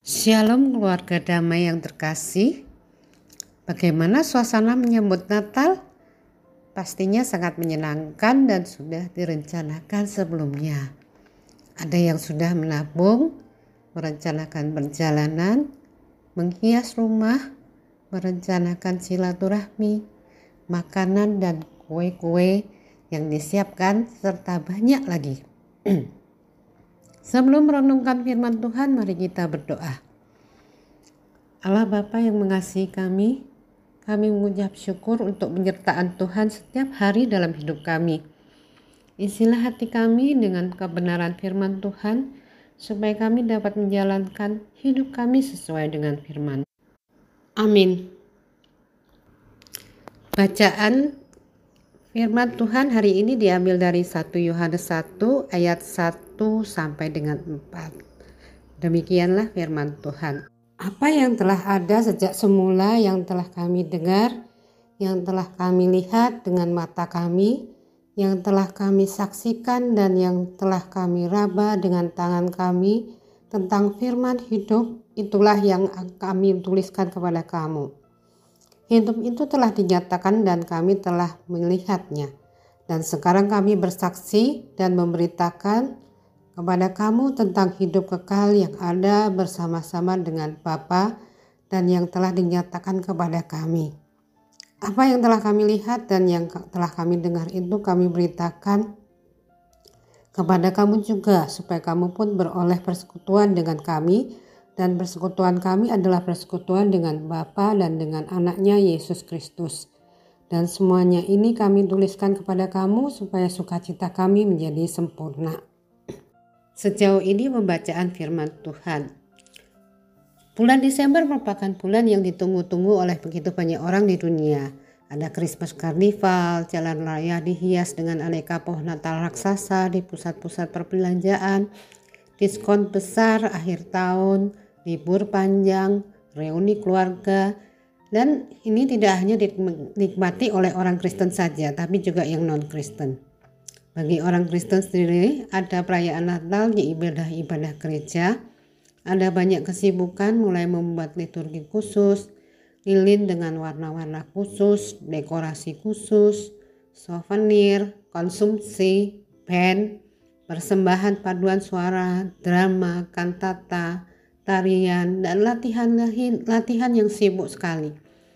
Shalom keluarga damai yang terkasih. Bagaimana suasana menyambut Natal? Pastinya sangat menyenangkan dan sudah direncanakan sebelumnya. Ada yang sudah menabung, merencanakan perjalanan, menghias rumah, merencanakan silaturahmi, makanan dan kue-kue yang disiapkan, serta banyak lagi. Sebelum merenungkan firman Tuhan, mari kita berdoa. Allah Bapa yang mengasihi kami mengucap syukur untuk penyertaan Tuhan setiap hari dalam hidup kami. Isilah hati kami dengan kebenaran firman Tuhan, supaya kami dapat menjalankan hidup kami sesuai dengan firman. Amin. Bacaan firman Tuhan hari ini diambil dari 1 Yohanes 1 ayat 1 sampai dengan 4. Demikianlah firman Tuhan. Apa yang telah ada sejak semula, yang telah kami dengar, yang telah kami lihat dengan mata kami, yang telah kami saksikan dan yang telah kami raba dengan tangan kami tentang firman hidup, itulah yang kami tuliskan kepada kamu. Hidup itu telah dinyatakan dan kami telah melihatnya. Dan sekarang kami bersaksi dan memberitakan kepada kamu tentang hidup kekal yang ada bersama-sama dengan Bapa dan yang telah dinyatakan kepada kami. Apa yang telah kami lihat dan yang telah kami dengar itu kami beritakan kepada kamu juga, supaya kamu pun beroleh persekutuan dengan kami, dan persekutuan kami adalah persekutuan dengan Bapa dan dengan anaknya Yesus Kristus. Dan semuanya ini kami tuliskan kepada kamu supaya sukacita kami menjadi sempurna. Sejauh ini pembacaan firman Tuhan. Bulan Desember merupakan bulan yang ditunggu-tunggu oleh begitu banyak orang di dunia. Ada Christmas Carnival, jalan raya dihias dengan aneka pohon Natal raksasa di pusat-pusat perbelanjaan, diskon besar akhir tahun, libur panjang, reuni keluarga, dan ini tidak hanya dinikmati oleh orang Kristen saja, tapi juga yang non-Kristen. Bagi orang Kristen sendiri, ada perayaan Natal di ibadah-ibadah gereja. Ada banyak kesibukan, mulai membuat liturgi khusus, lilin dengan warna-warna khusus, dekorasi khusus, souvenir, konsumsi, band, persembahan paduan suara, drama, kantata, tarian, dan latihan yang sibuk sekali.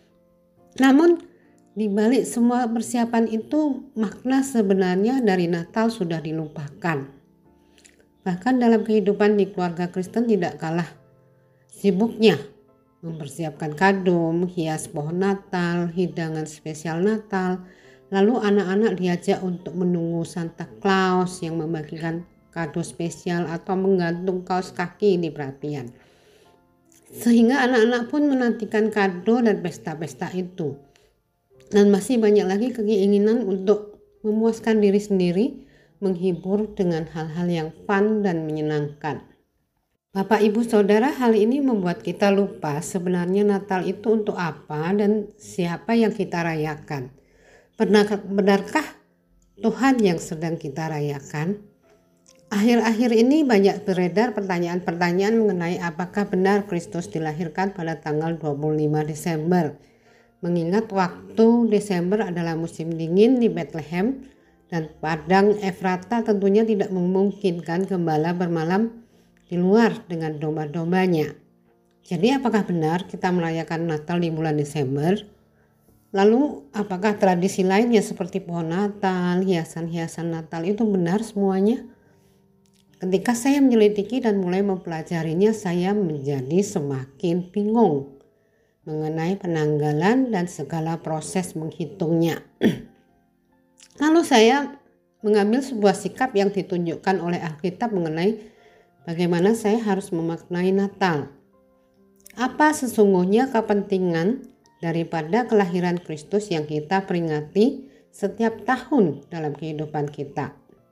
Namun, di balik semua persiapan itu, makna sebenarnya dari Natal sudah dilupakan. Bahkan dalam kehidupan di keluarga Kristen tidak kalah sibuknya mempersiapkan kado, menghias pohon Natal, hidangan spesial Natal. Lalu anak-anak diajak untuk menunggu Santa Claus yang membagikan kado spesial atau menggantung kaos kaki di perapian. Sehingga anak-anak pun menantikan kado dan pesta-pesta itu. Dan masih banyak lagi keinginan untuk memuaskan diri sendiri, menghibur dengan hal-hal yang fun dan menyenangkan. Bapak, Ibu, Saudara, hal ini membuat kita lupa sebenarnya Natal itu untuk apa dan siapa yang kita rayakan. Benarkah Tuhan yang sedang kita rayakan? Akhir-akhir ini banyak beredar pertanyaan-pertanyaan mengenai apakah benar Kristus dilahirkan pada tanggal 25 Desember. Mengingat waktu Desember adalah musim dingin di Bethlehem dan padang Efrata tentunya tidak memungkinkan gembala bermalam di luar dengan domba-dombanya. Jadi apakah benar kita merayakan Natal di bulan Desember? Lalu apakah tradisi lainnya seperti pohon Natal, hiasan-hiasan Natal itu benar semuanya? Ketika saya menyelidiki dan mulai mempelajarinya, saya menjadi semakin bingung mengenai penanggalan dan segala proses menghitungnya. Lalu saya mengambil sebuah sikap yang ditunjukkan oleh Alkitab mengenai bagaimana saya harus memaknai Natal. Apa sesungguhnya kepentingan daripada kelahiran Kristus yang kita peringati setiap tahun dalam kehidupan kita?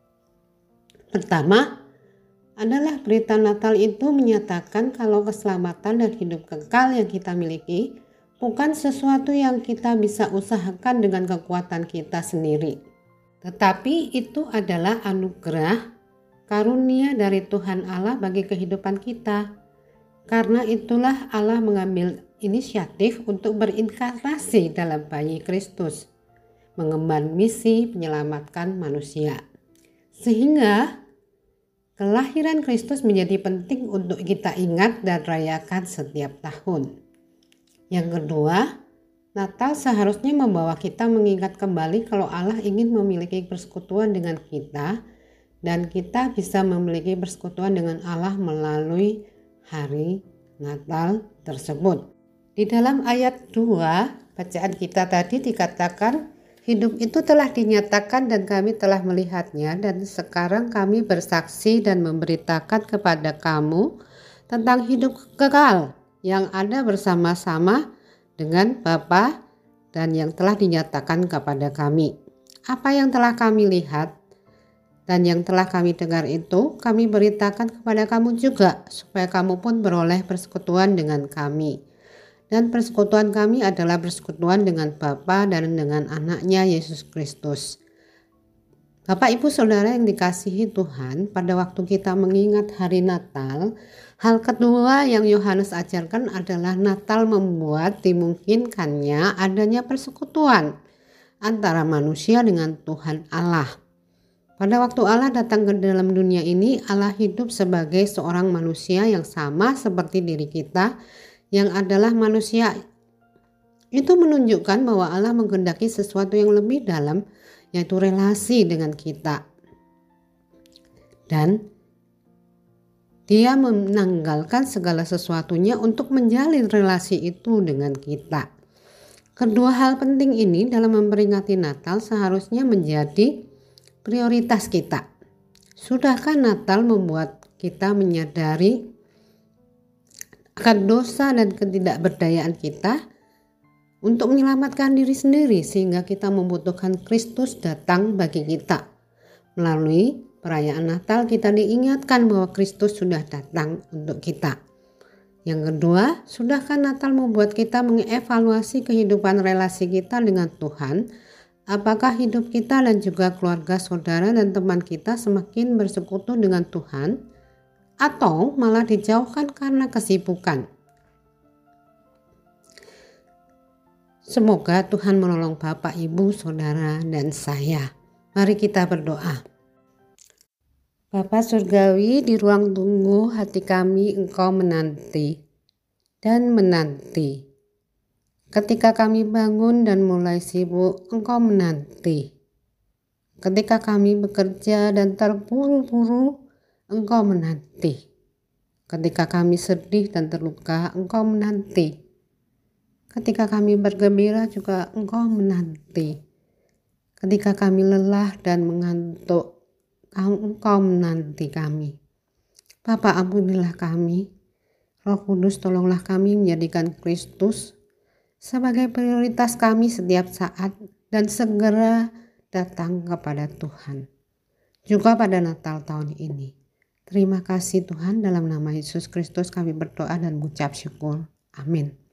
Pertama, adalah berita Natal itu menyatakan kalau keselamatan dan hidup kekal yang kita miliki bukan sesuatu yang kita bisa usahakan dengan kekuatan kita sendiri. Tetapi itu adalah anugerah karunia dari Tuhan Allah bagi kehidupan kita. Karena itulah Allah mengambil inisiatif untuk berinkarnasi dalam bayi Kristus, mengemban misi menyelamatkan manusia. Sehingga kelahiran Kristus menjadi penting untuk kita ingat dan rayakan setiap tahun. Yang kedua, Natal seharusnya membawa kita mengingat kembali kalau Allah ingin memiliki persekutuan dengan kita dan kita bisa memiliki persekutuan dengan Allah melalui hari Natal tersebut. Di dalam ayat 2 bacaan kita tadi dikatakan, hidup itu telah dinyatakan dan kami telah melihatnya dan sekarang kami bersaksi dan memberitakan kepada kamu tentang hidup kekal yang ada bersama-sama dengan Bapa dan yang telah dinyatakan kepada kami. Apa yang telah kami lihat dan yang telah kami dengar itu kami beritakan kepada kamu juga, supaya kamu pun beroleh persekutuan dengan kami. Dan persekutuan kami adalah persekutuan dengan Bapa dan dengan anaknya Yesus Kristus. Bapak, Ibu, Saudara yang dikasihi Tuhan, pada waktu kita mengingat hari Natal, hal kedua yang Yohanes ajarkan adalah Natal membuat dimungkinkannya adanya persekutuan antara manusia dengan Tuhan Allah. Pada waktu Allah datang ke dalam dunia ini, Allah hidup sebagai seorang manusia yang sama seperti diri kita yang adalah manusia. Itu menunjukkan bahwa Allah menghendaki sesuatu yang lebih dalam, yaitu relasi dengan kita. Dan Dia menanggalkan segala sesuatunya untuk menjalin relasi itu dengan kita. Kedua hal penting ini dalam memperingati Natal seharusnya menjadi prioritas kita. Sudahkah Natal membuat kita menyadari akan dosa dan ketidakberdayaan kita untuk menyelamatkan diri sendiri, sehingga kita membutuhkan Kristus datang bagi kita? Melalui perayaan Natal kita diingatkan bahwa Kristus sudah datang untuk kita. Yang kedua, sudahkah Natal membuat kita mengevaluasi kehidupan relasi kita dengan Tuhan? Apakah hidup kita dan juga keluarga, saudara, dan teman kita semakin bersekutu dengan Tuhan, atau malah dijauhkan karena kesibukan? Semoga Tuhan menolong Bapak, Ibu, Saudara, dan saya. Mari kita berdoa. Bapa Surgawi, di ruang tunggu hati kami Engkau menanti dan menanti. Ketika kami bangun dan mulai sibuk, Engkau menanti. Ketika kami bekerja dan terburu-buru, Engkau menanti. Ketika kami sedih dan terluka, Engkau menanti. Ketika kami bergembira juga Engkau menanti. Ketika kami lelah dan mengantuk, Engkau menanti kami. Bapa, ampunilah kami. Roh Kudus, tolonglah kami menjadikan Kristus sebagai prioritas kami setiap saat dan segera datang kepada Tuhan. Juga pada Natal tahun ini. Terima kasih Tuhan, dalam nama Yesus Kristus kami berdoa dan mengucap syukur. Amin.